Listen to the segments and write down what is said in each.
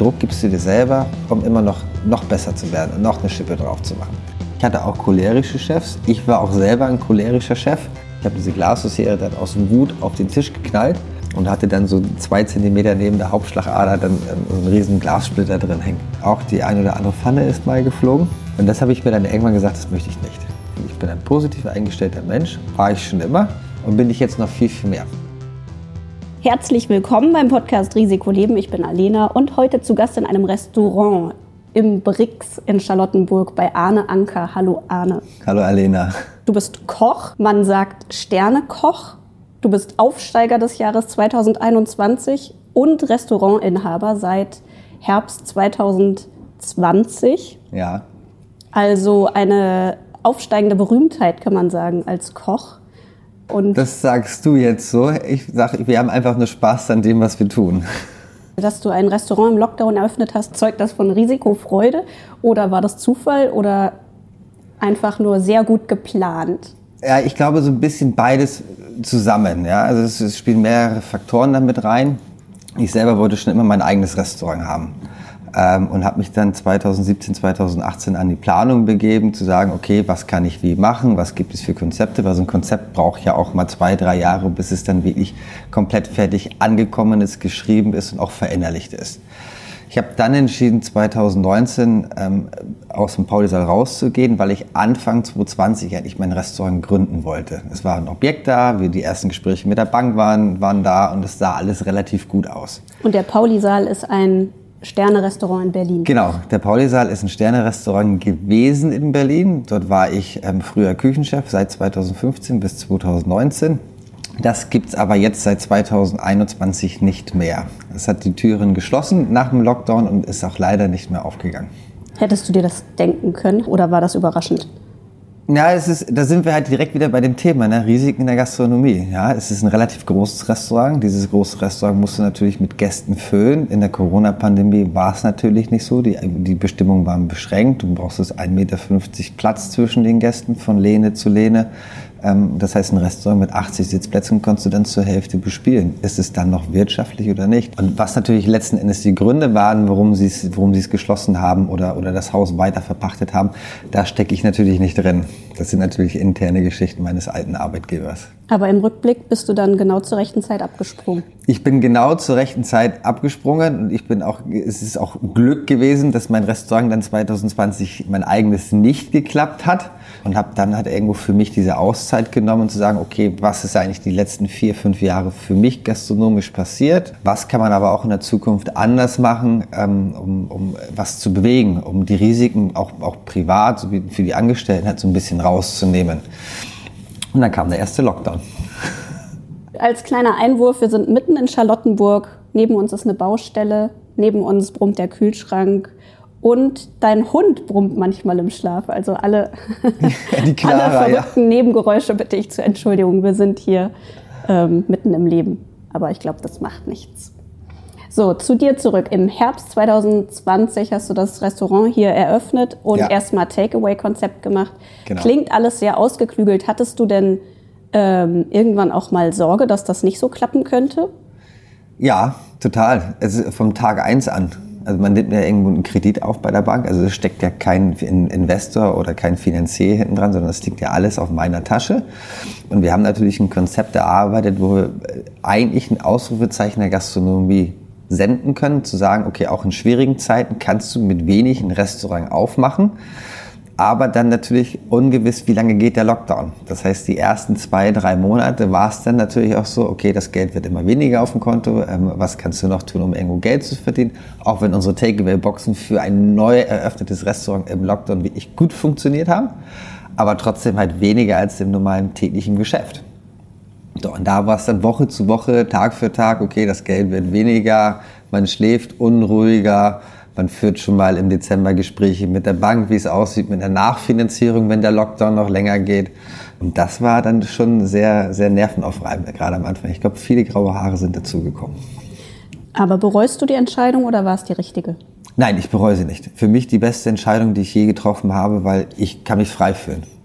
Druck gibst du dir selber, um immer noch besser zu werden und noch eine Schippe drauf zu machen. Ich hatte auch cholerische Chefs. Ich war auch selber ein cholerischer Chef. Ich habe diese Glasdosierer dann aus Wut auf den Tisch geknallt und hatte dann so 2 Zentimeter neben der Hauptschlagader dann so einen riesen Glassplitter drin hängen. Auch die eine oder andere Pfanne ist mal geflogen. Und das habe ich mir dann irgendwann gesagt, das möchte ich nicht. Ich bin ein positiv eingestellter Mensch, war ich schon immer und bin ich jetzt noch viel, viel mehr. Herzlich willkommen beim Podcast Risikoleben. Ich bin Alena und heute zu Gast in einem Restaurant im Brix in Charlottenburg bei Arne Anker. Hallo Arne. Hallo Alena. Du bist Koch, man sagt Sternekoch. Du bist Aufsteiger des Jahres 2021 und Restaurantinhaber seit Herbst 2020. Ja. Also eine aufsteigende Berühmtheit, kann man sagen, als Koch. Und das sagst du jetzt so. Ich sage, wir haben einfach nur Spaß an dem, was wir tun. Dass du ein Restaurant im Lockdown eröffnet hast, zeugt das von Risikofreude oder war das Zufall oder einfach nur sehr gut geplant? Ja, ich glaube so ein bisschen beides zusammen. Ja? Also es spielen mehrere Faktoren damit rein. Ich selber wollte schon immer mein eigenes Restaurant haben. Und habe mich dann 2017, 2018 an die Planung begeben, zu sagen, okay, was kann ich wie machen, was gibt es für Konzepte, weil so ein Konzept braucht ja auch mal 2, 3 Jahre, bis es dann wirklich komplett fertig angekommen ist, geschrieben ist und auch verinnerlicht ist. Ich habe dann entschieden, 2019 aus dem Paulisaal rauszugehen, weil ich Anfang 2020 eigentlich mein Restaurant gründen wollte. Es war ein Objekt da, die ersten Gespräche mit der Bank waren da und es sah alles relativ gut aus. Und der Paulisaal ist ein Sterne-Restaurant in Berlin. Genau, der Paulisaal ist ein Sterne-Restaurant gewesen in Berlin. Dort war ich früher Küchenchef seit 2015 bis 2019. Das gibt's aber jetzt seit 2021 nicht mehr. Es hat die Türen geschlossen nach dem Lockdown und ist auch leider nicht mehr aufgegangen. Hättest du dir das denken können oder war das überraschend? Ja, da sind wir halt direkt wieder bei dem Thema, ne? Risiken in der Gastronomie. Ja, es ist ein relativ großes Restaurant. Dieses große Restaurant musst du natürlich mit Gästen füllen. In der Corona-Pandemie war es natürlich nicht so. Die Bestimmungen waren beschränkt. Du brauchst 1,50 Meter Platz zwischen den Gästen von Lehne zu Lehne. Das heißt, ein Restaurant mit 80 Sitzplätzen kannst du dann zur Hälfte bespielen. Ist es dann noch wirtschaftlich oder nicht? Und was natürlich letzten Endes die Gründe waren, warum sie es geschlossen haben oder das Haus weiter verpachtet haben, da stecke ich natürlich nicht drin. Das sind natürlich interne Geschichten meines alten Arbeitgebers. Aber im Rückblick bist du dann genau zur rechten Zeit abgesprungen. Ich bin genau zur rechten Zeit abgesprungen und es ist auch Glück gewesen, dass mein Restaurant dann 2020 mein eigenes nicht geklappt hat und habe dann halt irgendwo für mich diese Auszeit genommen, zu sagen, okay, was ist eigentlich die letzten 4, 5 Jahre für mich gastronomisch passiert? Was kann man aber auch in der Zukunft anders machen, um was zu bewegen, um die Risiken auch privat sowie für die Angestellten halt so ein bisschen rauszunehmen. Und dann kam der erste Lockdown. Als kleiner Einwurf, wir sind mitten in Charlottenburg. Neben uns ist eine Baustelle, neben uns brummt der Kühlschrank und dein Hund brummt manchmal im Schlaf. Also alle verrückten Nebengeräusche bitte ich zur Entschuldigung. Wir sind hier mitten im Leben, aber ich glaube, das macht nichts. So, zu dir zurück. Im Herbst 2020 hast du das Restaurant hier eröffnet und erstmal Takeaway-Konzept gemacht. Genau. Klingt alles sehr ausgeklügelt. Hattest du denn irgendwann auch mal Sorge, dass das nicht so klappen könnte? Ja, total. Also vom Tag 1 an. Also man nimmt ja irgendwo einen Kredit auf bei der Bank. Also es steckt ja kein Investor oder kein Finanzier hinten dran, sondern es liegt ja alles auf meiner Tasche. Und wir haben natürlich ein Konzept erarbeitet, wo wir eigentlich ein Ausrufezeichen der Gastronomie senden können, zu sagen, okay, auch in schwierigen Zeiten kannst du mit wenig ein Restaurant aufmachen, aber dann natürlich ungewiss, wie lange geht der Lockdown. Das heißt, die ersten 2, 3 Monate war es dann natürlich auch so, okay, das Geld wird immer weniger auf dem Konto, was kannst du noch tun, um irgendwo Geld zu verdienen, auch wenn unsere Takeaway-Boxen für ein neu eröffnetes Restaurant im Lockdown wirklich gut funktioniert haben, aber trotzdem halt weniger als im normalen täglichen Geschäft. So, und da war es dann Woche zu Woche, Tag für Tag, okay, das Geld wird weniger, man schläft unruhiger, man führt schon mal im Dezember Gespräche mit der Bank, wie es aussieht mit der Nachfinanzierung, wenn der Lockdown noch länger geht. Und das war dann schon sehr, sehr nervenaufreibend, gerade am Anfang. Ich glaube, viele graue Haare sind dazugekommen. Aber bereust du die Entscheidung oder war es die richtige? Nein, ich bereue sie nicht. Für mich die beste Entscheidung, die ich je getroffen habe, weil ich kann mich frei fühlen.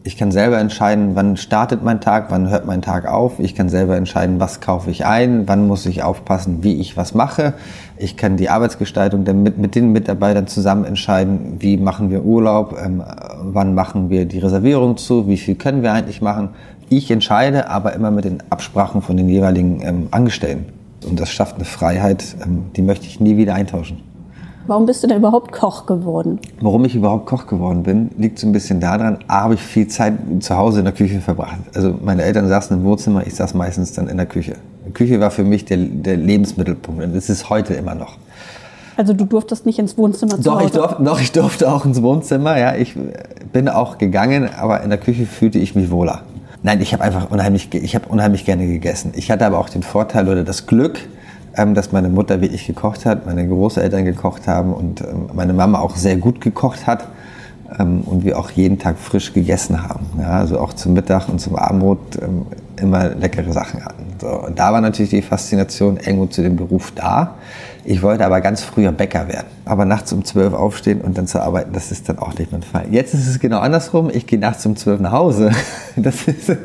Ich kann selber entscheiden, wann startet mein Tag, wann hört mein Tag auf. Ich kann selber entscheiden, was kaufe ich ein, wann muss ich aufpassen, wie ich was mache. Ich kann die Arbeitsgestaltung dann mit den Mitarbeitern zusammen entscheiden, wie machen wir Urlaub, wann machen wir die Reservierung zu, wie viel können wir eigentlich machen. Ich entscheide, aber immer mit den Absprachen von den jeweiligen Angestellten. Und das schafft eine Freiheit, die möchte ich nie wieder eintauschen. Warum bist du denn überhaupt Koch geworden? Warum ich überhaupt Koch geworden bin, liegt so ein bisschen daran, habe ich viel Zeit zu Hause in der Küche verbracht. Also meine Eltern saßen im Wohnzimmer, ich saß meistens dann in der Küche. Die Küche war für mich der Lebensmittelpunkt und das ist heute immer noch. Also du durftest nicht ins Wohnzimmer zu Hause? Ich durfte auch ins Wohnzimmer, ja. Ich bin auch gegangen, aber in der Küche fühlte ich mich wohler. Nein, ich habe unheimlich gerne gegessen. Ich hatte aber auch den Vorteil oder das Glück, dass meine Mutter wirklich gekocht hat, meine Großeltern gekocht haben und meine Mama auch sehr gut gekocht hat und wir auch jeden Tag frisch gegessen haben. Ja, also auch zum Mittag und zum Abendbrot immer leckere Sachen hatten. So, und da war natürlich die Faszination irgendwo zu dem Beruf da. Ich wollte aber ganz früher Bäcker werden. Aber nachts um 12 aufstehen und dann zu arbeiten, das ist dann auch nicht mein Fall. Jetzt ist es genau andersrum. Ich gehe nachts um 12 nach Hause. Das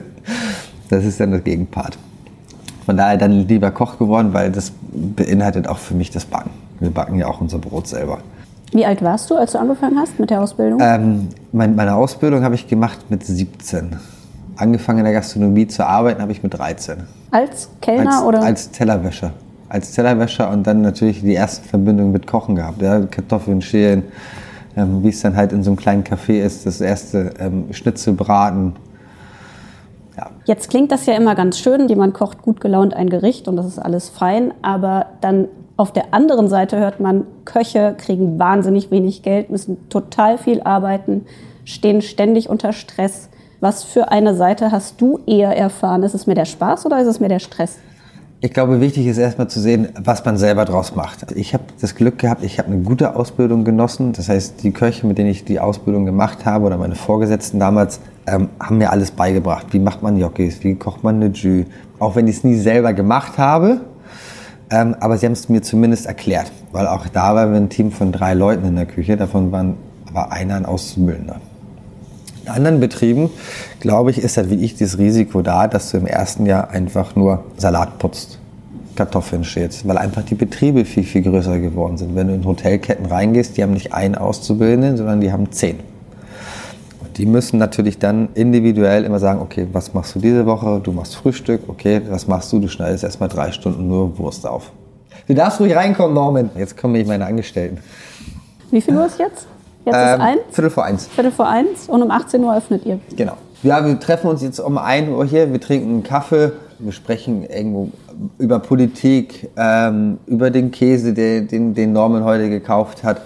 ist dann das Gegenpart. Von daher dann lieber Koch geworden, weil das beinhaltet auch für mich das Backen. Wir backen ja auch unser Brot selber. Wie alt warst du, als du angefangen hast mit der Ausbildung? Meine Ausbildung habe ich gemacht mit 17. Angefangen in der Gastronomie zu arbeiten habe ich mit 13. Als Kellner oder? Als Tellerwäscher. Als Tellerwäscher und dann natürlich die ersten Verbindungen mit Kochen gehabt. Ja, Kartoffeln schälen, wie es dann halt in so einem kleinen Café ist, das erste Schnitzel braten. Ja. Jetzt klingt das ja immer ganz schön, jemand kocht gut gelaunt ein Gericht und das ist alles fein, aber dann auf der anderen Seite hört man, Köche kriegen wahnsinnig wenig Geld, müssen total viel arbeiten, stehen ständig unter Stress. Was für eine Seite hast du eher erfahren? Ist es mehr der Spaß oder ist es mehr der Stress? Ich glaube, wichtig ist erstmal zu sehen, was man selber draus macht. Ich habe das Glück gehabt, ich habe eine gute Ausbildung genossen. Das heißt, die Köche, mit denen ich die Ausbildung gemacht habe oder meine Vorgesetzten damals, haben mir alles beigebracht. Wie macht man Gnocchis, wie kocht man eine Jus. Auch wenn ich es nie selber gemacht habe, aber sie haben es mir zumindest erklärt. Weil auch da waren wir ein Team von 3 Leuten in der Küche, davon war einer ein Auszubildender. In anderen Betrieben, glaube ich, ist halt wie ich das Risiko da, dass du im ersten Jahr einfach nur Salat putzt, Kartoffeln schälst, weil einfach die Betriebe viel, viel größer geworden sind. Wenn du in Hotelketten reingehst, die haben nicht einen Auszubildenden, sondern die haben 10. Und die müssen natürlich dann individuell immer sagen, okay, was machst du diese Woche? Du machst Frühstück, okay, was machst du? Du schneidest erstmal 3 Stunden nur Wurst auf. Du darfst ruhig reinkommen, Norman. Jetzt kommen meine Angestellten. Wie viel Uhr ist jetzt? Jetzt ist 1? Viertel vor 1. Viertel vor 1 und um 18 Uhr öffnet ihr. Genau. Ja, wir treffen uns jetzt um 1 Uhr hier, wir trinken einen Kaffee, wir sprechen irgendwo über Politik, über den Käse, den Norman heute gekauft hat,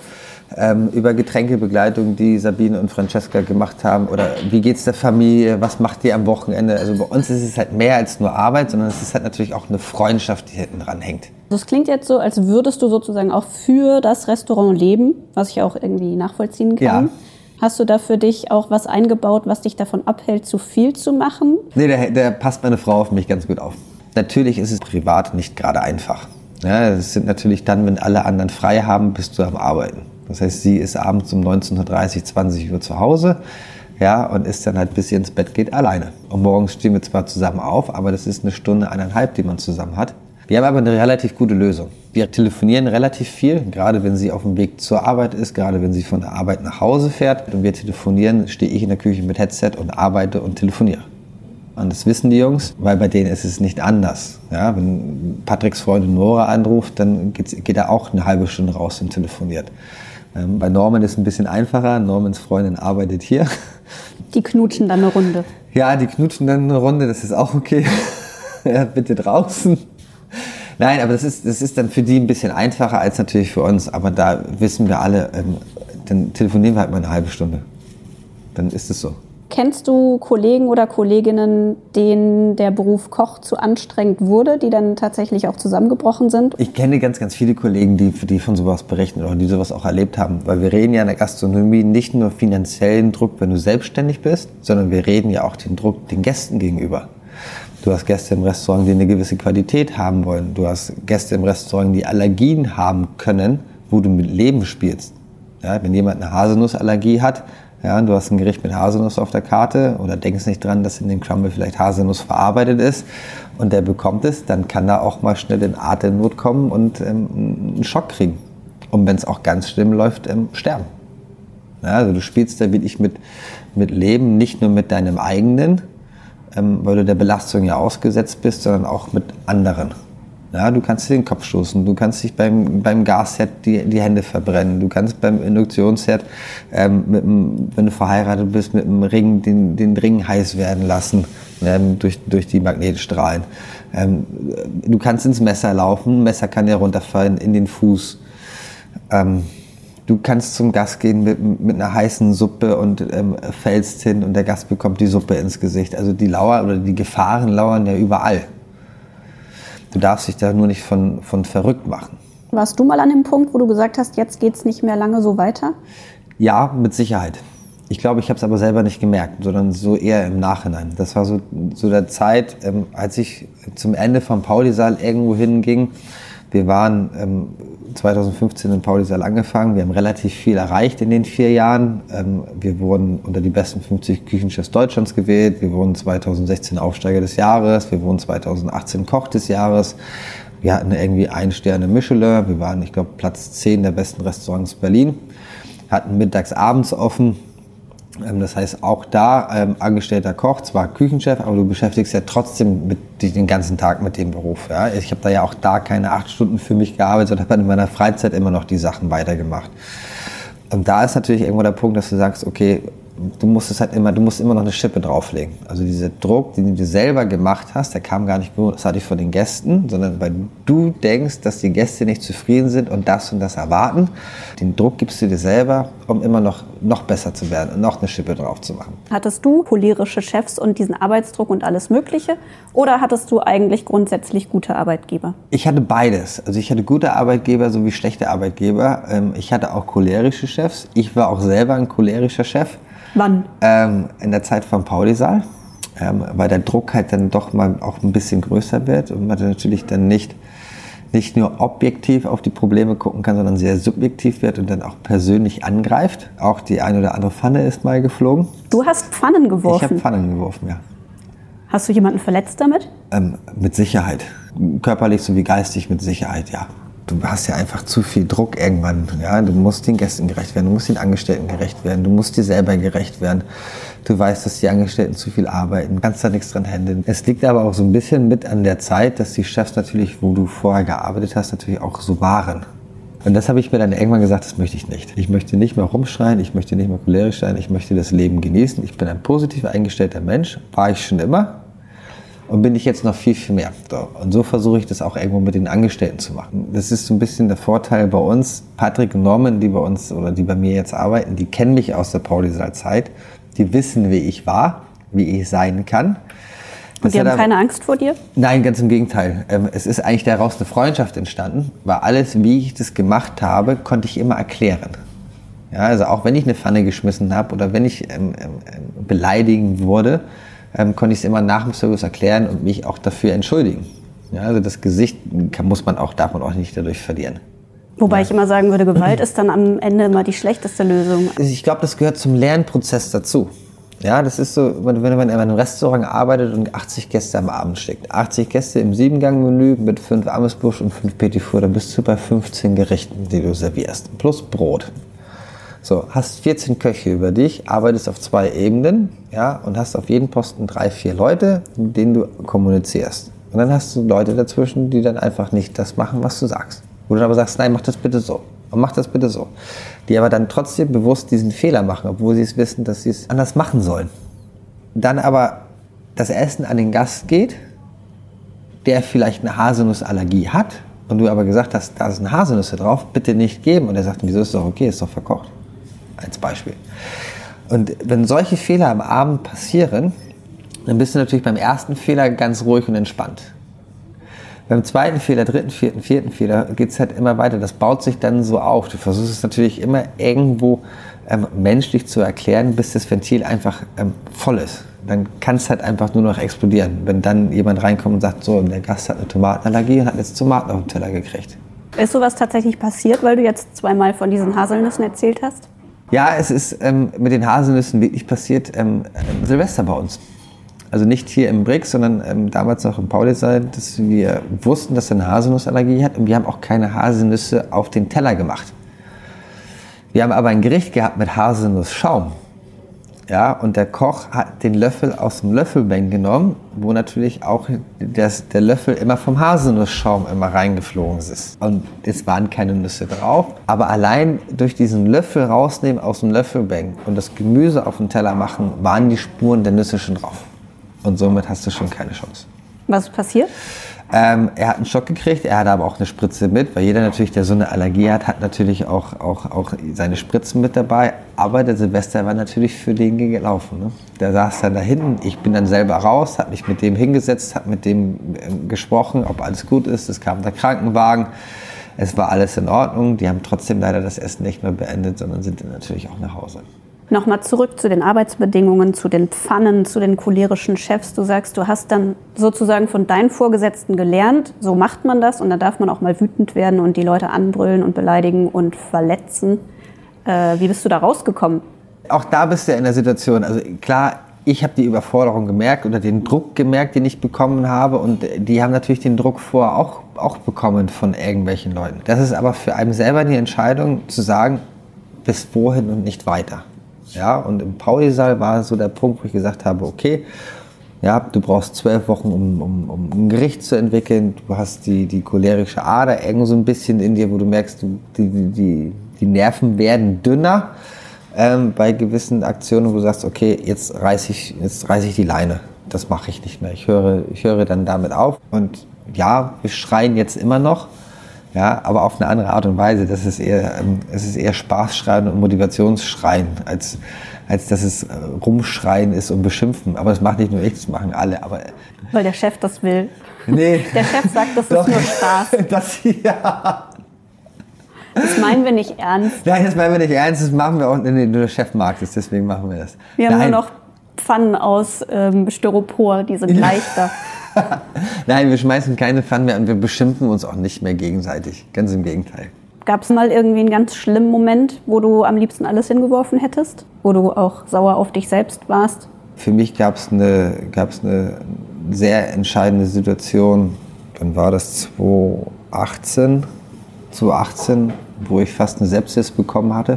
über Getränkebegleitung, die Sabine und Francesca gemacht haben oder wie geht's der Familie, was macht ihr am Wochenende. Also bei uns ist es halt mehr als nur Arbeit, sondern es ist halt natürlich auch eine Freundschaft, die hinten dran hängt. Das klingt jetzt so, als würdest du sozusagen auch für das Restaurant leben, was ich auch irgendwie nachvollziehen kann. Ja. Hast du da für dich auch was eingebaut, was dich davon abhält, zu viel zu machen? Nee, da passt meine Frau auf mich ganz gut auf. Natürlich ist es privat nicht gerade einfach. Ja, es sind natürlich dann, wenn alle anderen frei haben, bist du am Arbeiten. Das heißt, sie ist abends um 19:30, 20 Uhr zu Hause, ja, und ist dann halt, bis sie ins Bett geht, alleine. Und morgens stehen wir zwar zusammen auf, aber das ist 1 Stunde, 1,5, die man zusammen hat. Wir haben aber eine relativ gute Lösung. Wir telefonieren relativ viel, gerade wenn sie auf dem Weg zur Arbeit ist, gerade wenn sie von der Arbeit nach Hause fährt. Und wir telefonieren, stehe ich in der Küche mit Headset und arbeite und telefoniere. Und das wissen die Jungs, weil bei denen ist es nicht anders. Ja, wenn Patricks Freundin Nora anruft, dann geht er auch eine halbe Stunde raus und telefoniert. Bei Norman ist es ein bisschen einfacher. Normans Freundin arbeitet hier. Die knutschen dann eine Runde. Ja, die knutschen dann eine Runde, das ist auch okay. Ja, bitte draußen. Nein, aber das ist dann für die ein bisschen einfacher als natürlich für uns. Aber da wissen wir alle, dann telefonieren wir halt mal eine halbe Stunde. Dann ist es so. Kennst du Kollegen oder Kolleginnen, denen der Beruf Koch zu anstrengend wurde, die dann tatsächlich auch zusammengebrochen sind? Ich kenne ganz, ganz viele Kollegen, die von sowas berichten oder die sowas auch erlebt haben. Weil wir reden ja in der Gastronomie nicht nur finanziellen Druck, wenn du selbstständig bist, sondern wir reden ja auch den Druck den Gästen gegenüber. Du hast Gäste im Restaurant, die eine gewisse Qualität haben wollen. Du hast Gäste im Restaurant, die Allergien haben können, wo du mit Leben spielst. Ja, wenn jemand eine Haselnussallergie hat, Ja, und du hast ein Gericht mit Haselnuss auf der Karte oder denkst nicht dran, dass in dem Crumble vielleicht Haselnuss verarbeitet ist und der bekommt es, dann kann da auch mal schnell in Atemnot kommen und einen Schock kriegen. Und wenn es auch ganz schlimm läuft, sterben. Ja, also du spielst da wirklich mit Leben, nicht nur mit deinem eigenen, weil du der Belastung ja ausgesetzt bist, sondern auch mit anderen. Ja, du kannst dir den Kopf stoßen, du kannst dich beim Gasherd die Hände verbrennen, du kannst beim Induktionsherd, wenn du verheiratet bist, mit dem Ring den Ring heiß werden lassen, durch die Magnetstrahlen. Du kannst ins Messer laufen, ein Messer kann dir runterfallen in den Fuß. Du kannst zum Gast gehen mit einer heißen Suppe und fällst hin und der Gast bekommt die Suppe ins Gesicht. Also die Gefahren lauern ja überall. Du darfst dich da nur nicht von verrückt machen. Warst du mal an dem Punkt, wo du gesagt hast, jetzt geht's nicht mehr lange so weiter? Ja, mit Sicherheit. Ich glaube, ich habe es aber selber nicht gemerkt, sondern so eher im Nachhinein. Das war so der Zeit, als ich zum Ende vom Paulisaal irgendwo hinging. Wir waren 2015 in Paulisaal angefangen. Wir haben relativ viel erreicht in den 4 Jahren. Wir wurden unter die besten 50 Küchenchefs Deutschlands gewählt. Wir wurden 2016 Aufsteiger des Jahres. Wir wurden 2018 Koch des Jahres. Wir hatten irgendwie 1 Sterne Michelin. Wir waren, ich glaube, Platz 10 der besten Restaurants Berlin. Hatten mittags, abends offen. Das heißt, auch da angestellter Koch, zwar Küchenchef, aber du beschäftigst ja trotzdem den ganzen Tag mit dem Beruf. Ja? Ich habe da ja auch da keine 8 Stunden für mich gearbeitet, sondern habe in meiner Freizeit immer noch die Sachen weitergemacht. Und da ist natürlich irgendwo der Punkt, dass du sagst, okay, du musst immer noch eine Schippe drauflegen. Also dieser Druck, den du selber gemacht hast, der kam gar nicht großartig von den Gästen, sondern weil du denkst, dass die Gäste nicht zufrieden sind und das erwarten. Den Druck gibst du dir selber, um immer noch besser zu werden und noch eine Schippe drauf zu machen. Hattest du cholerische Chefs und diesen Arbeitsdruck und alles Mögliche? Oder hattest du eigentlich grundsätzlich gute Arbeitgeber? Ich hatte beides. Also ich hatte gute Arbeitgeber sowie schlechte Arbeitgeber. Ich hatte auch cholerische Chefs. Ich war auch selber ein cholerischer Chef. Wann? In der Zeit vom Paulisaal, weil der Druck halt dann doch mal auch ein bisschen größer wird und man dann natürlich dann nicht nur objektiv auf die Probleme gucken kann, sondern sehr subjektiv wird und dann auch persönlich angreift. Auch die eine oder andere Pfanne ist mal geflogen. Du hast Pfannen geworfen? Ich habe Pfannen geworfen, ja. Hast du jemanden verletzt damit? Mit Sicherheit. Körperlich sowie geistig mit Sicherheit, ja. Du hast ja einfach zu viel Druck irgendwann. Ja? Du musst den Gästen gerecht werden, du musst den Angestellten gerecht werden, du musst dir selber gerecht werden. Du weißt, dass die Angestellten zu viel arbeiten, kannst da nichts dran handeln. Es liegt aber auch so ein bisschen mit an der Zeit, dass die Chefs natürlich, wo du vorher gearbeitet hast, natürlich auch so waren. Und das habe ich mir dann irgendwann gesagt, das möchte ich nicht. Ich möchte nicht mehr rumschreien, ich möchte nicht mehr cholerisch sein, ich möchte das Leben genießen. Ich bin ein positiv eingestellter Mensch, war ich schon immer. Und bin ich jetzt noch viel, viel mehr. So. Und so versuche ich das auch irgendwo mit den Angestellten zu machen. Das ist so ein bisschen der Vorteil bei uns. Patrick und Norman, die bei uns oder die bei mir jetzt arbeiten, die kennen mich aus der Paulisaal-Zeit. Die wissen, wie ich war, wie ich sein kann. Und die haben keine Angst vor dir? Nein, ganz im Gegenteil. Es ist eigentlich daraus eine Freundschaft entstanden, weil alles, wie ich das gemacht habe, konnte ich immer erklären. Ja, also auch wenn ich eine Pfanne geschmissen habe oder wenn ich beleidigen wurde, konnte ich es immer nach dem Service erklären und mich auch dafür entschuldigen. Ja, also das Gesicht darf man auch nicht dadurch verlieren. Wobei ich immer sagen würde, Gewalt ist dann am Ende immer die schlechteste Lösung. Ich glaube, das gehört zum Lernprozess dazu. Ja, das ist so, wenn man in einem Restaurant arbeitet und 80 Gäste am Abend schickt. 80 Gäste im 7-Gang-Menü mit 5 Amüsbusch und 5 Petit Four, dann bist du bei 15 Gerichten, die du servierst. Plus Brot. So, hast 14 Köche über dich, arbeitest auf 2 Ebenen, ja, und hast auf jeden Posten 3, 4 Leute, mit denen du kommunizierst. Und dann hast du Leute dazwischen, die dann einfach nicht das machen, was du sagst. Wo du dann aber sagst, nein, mach das bitte so. Und mach das bitte so. Die aber dann trotzdem bewusst diesen Fehler machen, obwohl sie es wissen, dass sie es anders machen sollen. Dann aber das Essen an den Gast geht, der vielleicht eine Haselnussallergie hat, und du aber gesagt hast, da sind Haselnüsse drauf, bitte nicht geben. Und er sagt, wieso ist es doch okay, ist doch verkocht. Als Beispiel. Und wenn solche Fehler am Abend passieren, dann bist du natürlich beim ersten Fehler ganz ruhig und entspannt. Beim zweiten Fehler, dritten, vierten Fehler geht es halt immer weiter. Das baut sich dann so auf. Du versuchst es natürlich immer irgendwo menschlich zu erklären, bis das Ventil einfach voll ist. Dann kann es halt einfach nur noch explodieren. Wenn dann jemand reinkommt und sagt, so, der Gast hat eine Tomatenallergie und hat jetzt Tomaten auf dem Teller gekriegt. Ist sowas tatsächlich passiert, weil du jetzt 2-mal von diesen Haselnüssen erzählt hast? Ja, es ist mit den Haselnüssen wirklich passiert Silvester bei uns. Also nicht hier im Brix, sondern damals noch im Paulisaal, dass wir wussten, dass er eine Haselnussallergie hat und wir haben auch keine Haselnüsse auf den Teller gemacht. Wir haben aber ein Gericht gehabt mit Haselnussschaum. Ja, und der Koch hat den Löffel aus dem Löffelbecken genommen, wo natürlich auch der Löffel immer vom Haselnussschaum immer reingeflogen ist. Und es waren keine Nüsse drauf, aber allein durch diesen Löffel rausnehmen aus dem Löffelbecken und das Gemüse auf den Teller machen, waren die Spuren der Nüsse schon drauf. Und somit hast du schon keine Chance. Was ist passiert? Er hat einen Schock gekriegt, er hatte aber auch eine Spritze mit, weil jeder natürlich, der so eine Allergie hat natürlich auch seine Spritzen mit dabei. Aber der Silvester war natürlich für den gelaufen. Ne? Der saß dann da hinten, ich bin dann selber raus, habe mich mit dem hingesetzt, habe mit dem gesprochen, ob alles gut ist. Es kam der Krankenwagen, es war alles in Ordnung. Die haben trotzdem leider das Essen nicht mehr beendet, sondern sind dann natürlich auch nach Hause. Nochmal zurück zu den Arbeitsbedingungen, zu den Pfannen, zu den cholerischen Chefs. Du sagst, du hast dann sozusagen von deinen Vorgesetzten gelernt, so macht man das und da darf man auch mal wütend werden und die Leute anbrüllen und beleidigen und verletzen. Wie bist du da rausgekommen? Auch da bist du ja in der Situation, also klar, ich habe die Überforderung gemerkt oder den Druck gemerkt, den ich bekommen habe und die haben natürlich den Druck vorher auch bekommen von irgendwelchen Leuten. Das ist aber für einen selber die Entscheidung zu sagen, bis wohin und nicht weiter. Ja, und im Paulisaal war so der Punkt, wo ich gesagt habe, okay, ja, du brauchst 12 Wochen, um ein Gericht zu entwickeln. Du hast die cholerische Ader irgendwo so ein bisschen in dir, wo du merkst, die Nerven werden dünner bei gewissen Aktionen, wo du sagst, okay, jetzt reiß ich die Leine. Das mache ich nicht mehr. Ich höre dann damit auf. Und ja, wir schreien jetzt immer noch. Ja, aber auf eine andere Art und Weise. Es ist eher Spaßschreien und Motivationsschreien, als dass es Rumschreien ist und Beschimpfen. Aber das macht nicht nur ich, das machen alle. Aber weil der Chef das will. Nee. Der Chef sagt, das ist nur Spaß. Ja. Das meinen wir nicht ernst. Nein, das meinen wir nicht ernst. Das machen wir auch. Nee, nur der Chef mag es, deswegen machen wir das. Wir haben nur noch Pfannen aus Styropor, die sind leichter. Nein, wir schmeißen keine Pfannen mehr und wir beschimpfen uns auch nicht mehr gegenseitig. Ganz im Gegenteil. Gab es mal irgendwie einen ganz schlimmen Moment, wo du am liebsten alles hingeworfen hättest? Wo du auch sauer auf dich selbst warst? Für mich gab es eine sehr entscheidende Situation. Dann war das 2018, wo ich fast eine Sepsis bekommen hatte.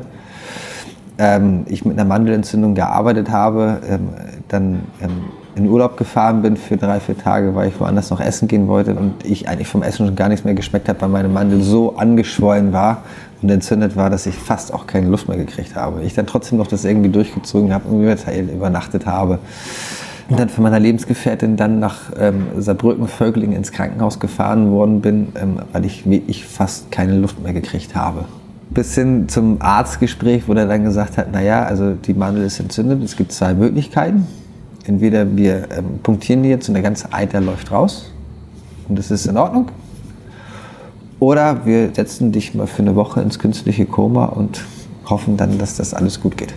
Ich mit einer Mandelentzündung gearbeitet habe, dann in Urlaub gefahren bin für 3-4 Tage, weil ich woanders noch essen gehen wollte und ich eigentlich vom Essen schon gar nichts mehr geschmeckt habe, weil meine Mandel so angeschwollen war und entzündet war, dass ich fast auch keine Luft mehr gekriegt habe. Ich dann trotzdem noch das irgendwie durchgezogen habe und übernachtet habe. Und dann von meiner Lebensgefährtin dann nach Saarbrücken-Völklingen ins Krankenhaus gefahren worden bin, weil ich wirklich fast keine Luft mehr gekriegt habe. Bis hin zum Arztgespräch, wo der dann gesagt hat, naja, also die Mandel ist entzündet, es gibt 2 Möglichkeiten. Entweder wir punktieren die jetzt und der ganze Eiter läuft raus und das ist in Ordnung. Oder wir setzen dich mal für eine Woche ins künstliche Koma und hoffen dann, dass das alles gut geht.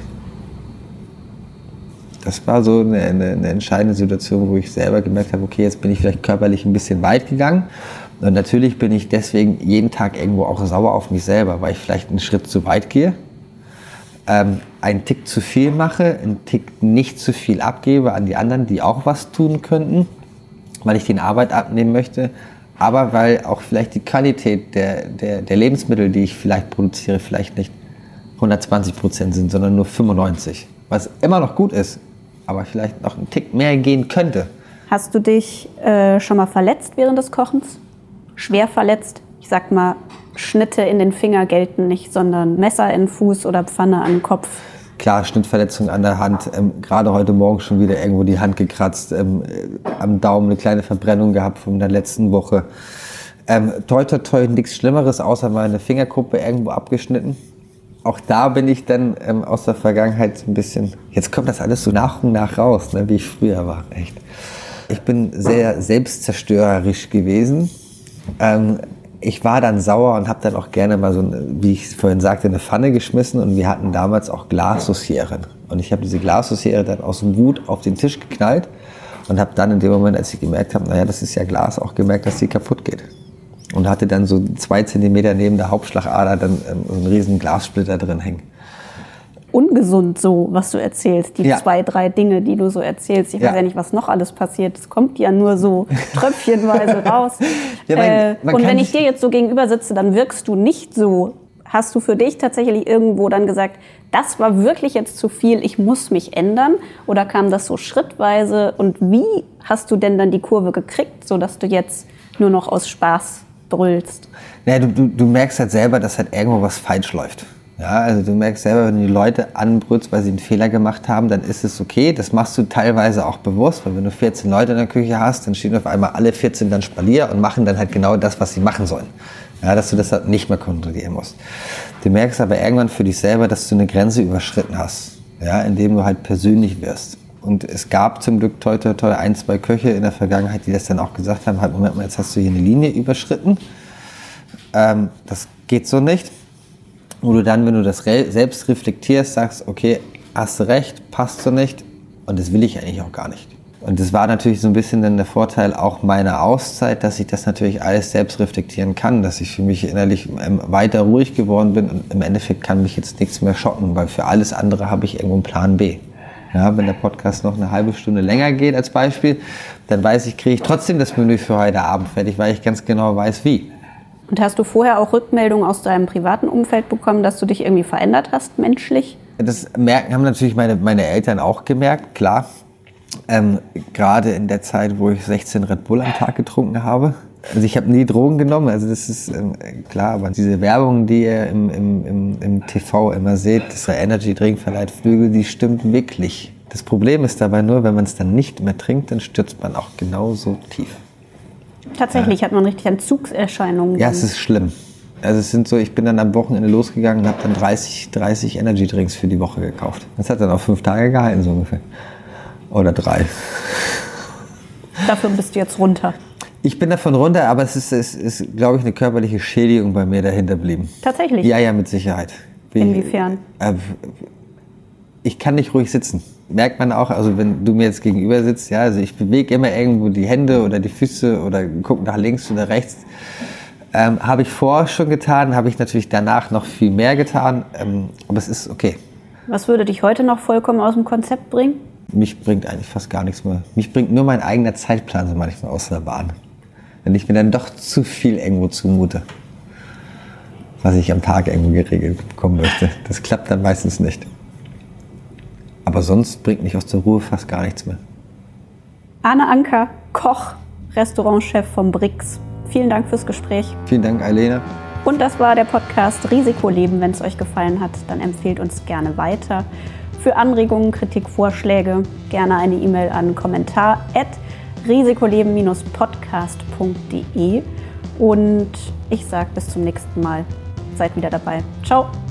Das war so eine entscheidende Situation, wo ich selber gemerkt habe, okay, jetzt bin ich vielleicht körperlich ein bisschen weit gegangen. Und natürlich bin ich deswegen jeden Tag irgendwo auch sauer auf mich selber, weil ich vielleicht einen Schritt zu weit gehe. Einen Tick zu viel mache, einen Tick nicht zu viel abgebe an die anderen, die auch was tun könnten, weil ich denen Arbeit abnehmen möchte, aber weil auch vielleicht die Qualität der Lebensmittel, die ich vielleicht produziere, vielleicht nicht 120% sind, sondern nur 95%, was immer noch gut ist, aber vielleicht noch einen Tick mehr gehen könnte. Hast du dich schon mal verletzt während des Kochens? Schwer verletzt? Ich sag mal, Schnitte in den Finger gelten nicht, sondern Messer in den Fuß oder Pfanne an den Kopf. Klar, Schnittverletzung an der Hand, gerade heute Morgen schon wieder irgendwo die Hand gekratzt, am Daumen eine kleine Verbrennung gehabt von der letzten Woche. Toi, toi, toi, nichts Schlimmeres, außer meine Fingerkuppe irgendwo abgeschnitten. Auch da bin ich dann aus der Vergangenheit ein bisschen, jetzt kommt das alles so nach und nach raus, ne, wie ich früher war, echt. Ich bin sehr selbstzerstörerisch gewesen. Ich war dann sauer und habe dann auch gerne mal so, wie ich vorhin sagte, eine Pfanne geschmissen und wir hatten damals auch Glassaucieren. Und ich habe diese Glassauciere dann aus Wut auf den Tisch geknallt und habe dann in dem Moment, als ich gemerkt habe, naja, das ist ja Glas, auch gemerkt, dass die kaputt geht. Und hatte dann so 2 Zentimeter neben der Hauptschlagader dann so einen riesen Glassplitter drin hängen. ungesund so, was du erzählst. Die Ja. 2, 3 Dinge, die du so erzählst. Ich weiß ja nicht, was noch alles passiert. Es kommt ja nur so tröpfchenweise raus. Ja, man und kann wenn ich sich- dir jetzt so gegenüber sitze, dann wirkst du nicht so. Hast du für dich tatsächlich irgendwo dann gesagt, das war wirklich jetzt zu viel, ich muss mich ändern? Oder kam das so schrittweise? Und wie hast du denn dann die Kurve gekriegt, sodass du jetzt nur noch aus Spaß brüllst? Naja, du merkst halt selber, dass halt irgendwo was falsch läuft. Ja, also du merkst selber, wenn du die Leute anbrüllst, weil sie einen Fehler gemacht haben, dann ist es okay. Das machst du teilweise auch bewusst, weil wenn du 14 Leute in der Küche hast, dann stehen auf einmal alle 14 dann Spalier und machen dann halt genau das, was sie machen sollen. Ja, dass du das halt nicht mehr kontrollieren musst. Du merkst aber irgendwann für dich selber, dass du eine Grenze überschritten hast, ja, indem du halt persönlich wirst. Und es gab zum Glück toi 1, 2 Köche in der Vergangenheit, die das dann auch gesagt haben, halt, Moment mal, jetzt hast du hier eine Linie überschritten. Das geht so nicht. Wo du dann, wenn du das selbst reflektierst, sagst, okay, hast du recht, passt so nicht und das will ich eigentlich auch gar nicht. Und das war natürlich so ein bisschen dann der Vorteil auch meiner Auszeit, dass ich das natürlich alles selbst reflektieren kann, dass ich für mich innerlich weiter ruhig geworden bin und im Endeffekt kann mich jetzt nichts mehr schocken, weil für alles andere habe ich irgendwo einen Plan B. Ja, wenn der Podcast noch eine halbe Stunde länger geht als Beispiel, dann weiß ich, kriege ich trotzdem das Menü für heute Abend fertig, weil ich ganz genau weiß, wie. Und hast du vorher auch Rückmeldungen aus deinem privaten Umfeld bekommen, dass du dich irgendwie verändert hast, menschlich? Das haben natürlich meine Eltern auch gemerkt, klar. Gerade in der Zeit, wo ich 16 Red Bull am Tag getrunken habe. Also ich habe nie Drogen genommen, also das ist klar, aber diese Werbung, die ihr im TV immer seht, das Energy Drink verleiht Flügel, die stimmt wirklich. Das Problem ist dabei nur, wenn man es dann nicht mehr trinkt, dann stürzt man auch genauso tief. Tatsächlich hat man richtig Entzugserscheinungen. Ja, es ist schlimm. Also es sind so, ich bin dann am Wochenende losgegangen und habe dann 30 Energy Drinks für die Woche gekauft. Das hat dann auch 5 Tage gehalten, so ungefähr. Oder 3. Dafür bist du jetzt runter. Ich bin davon runter, aber es ist, glaube ich, eine körperliche Schädigung bei mir dahinter geblieben. Tatsächlich? Ja, mit Sicherheit. Inwiefern? Ich kann nicht ruhig sitzen. Merkt man auch, also wenn du mir jetzt gegenüber sitzt, ja, also ich bewege immer irgendwo die Hände oder die Füße oder gucke nach links oder rechts. Habe ich vorher schon getan, habe ich natürlich danach noch viel mehr getan, aber es ist okay. Was würde dich heute noch vollkommen aus dem Konzept bringen? Mich bringt eigentlich fast gar nichts mehr. Mich bringt nur mein eigener Zeitplan so manchmal aus der Bahn. Wenn ich mir dann doch zu viel irgendwo zumute, was ich am Tag irgendwo geregelt bekommen möchte. Das klappt dann meistens nicht. Aber sonst bringt mich aus der Ruhe fast gar nichts mehr. Arne Anker, Koch, Restaurantchef vom Brix. Vielen Dank fürs Gespräch. Vielen Dank, Alena. Und das war der Podcast Risikoleben. Wenn es euch gefallen hat, dann empfehlt uns gerne weiter. Für Anregungen, Kritik, Vorschläge gerne eine E-Mail an kommentar@risikoleben-podcast.de. Und ich sage bis zum nächsten Mal. Seid wieder dabei. Ciao.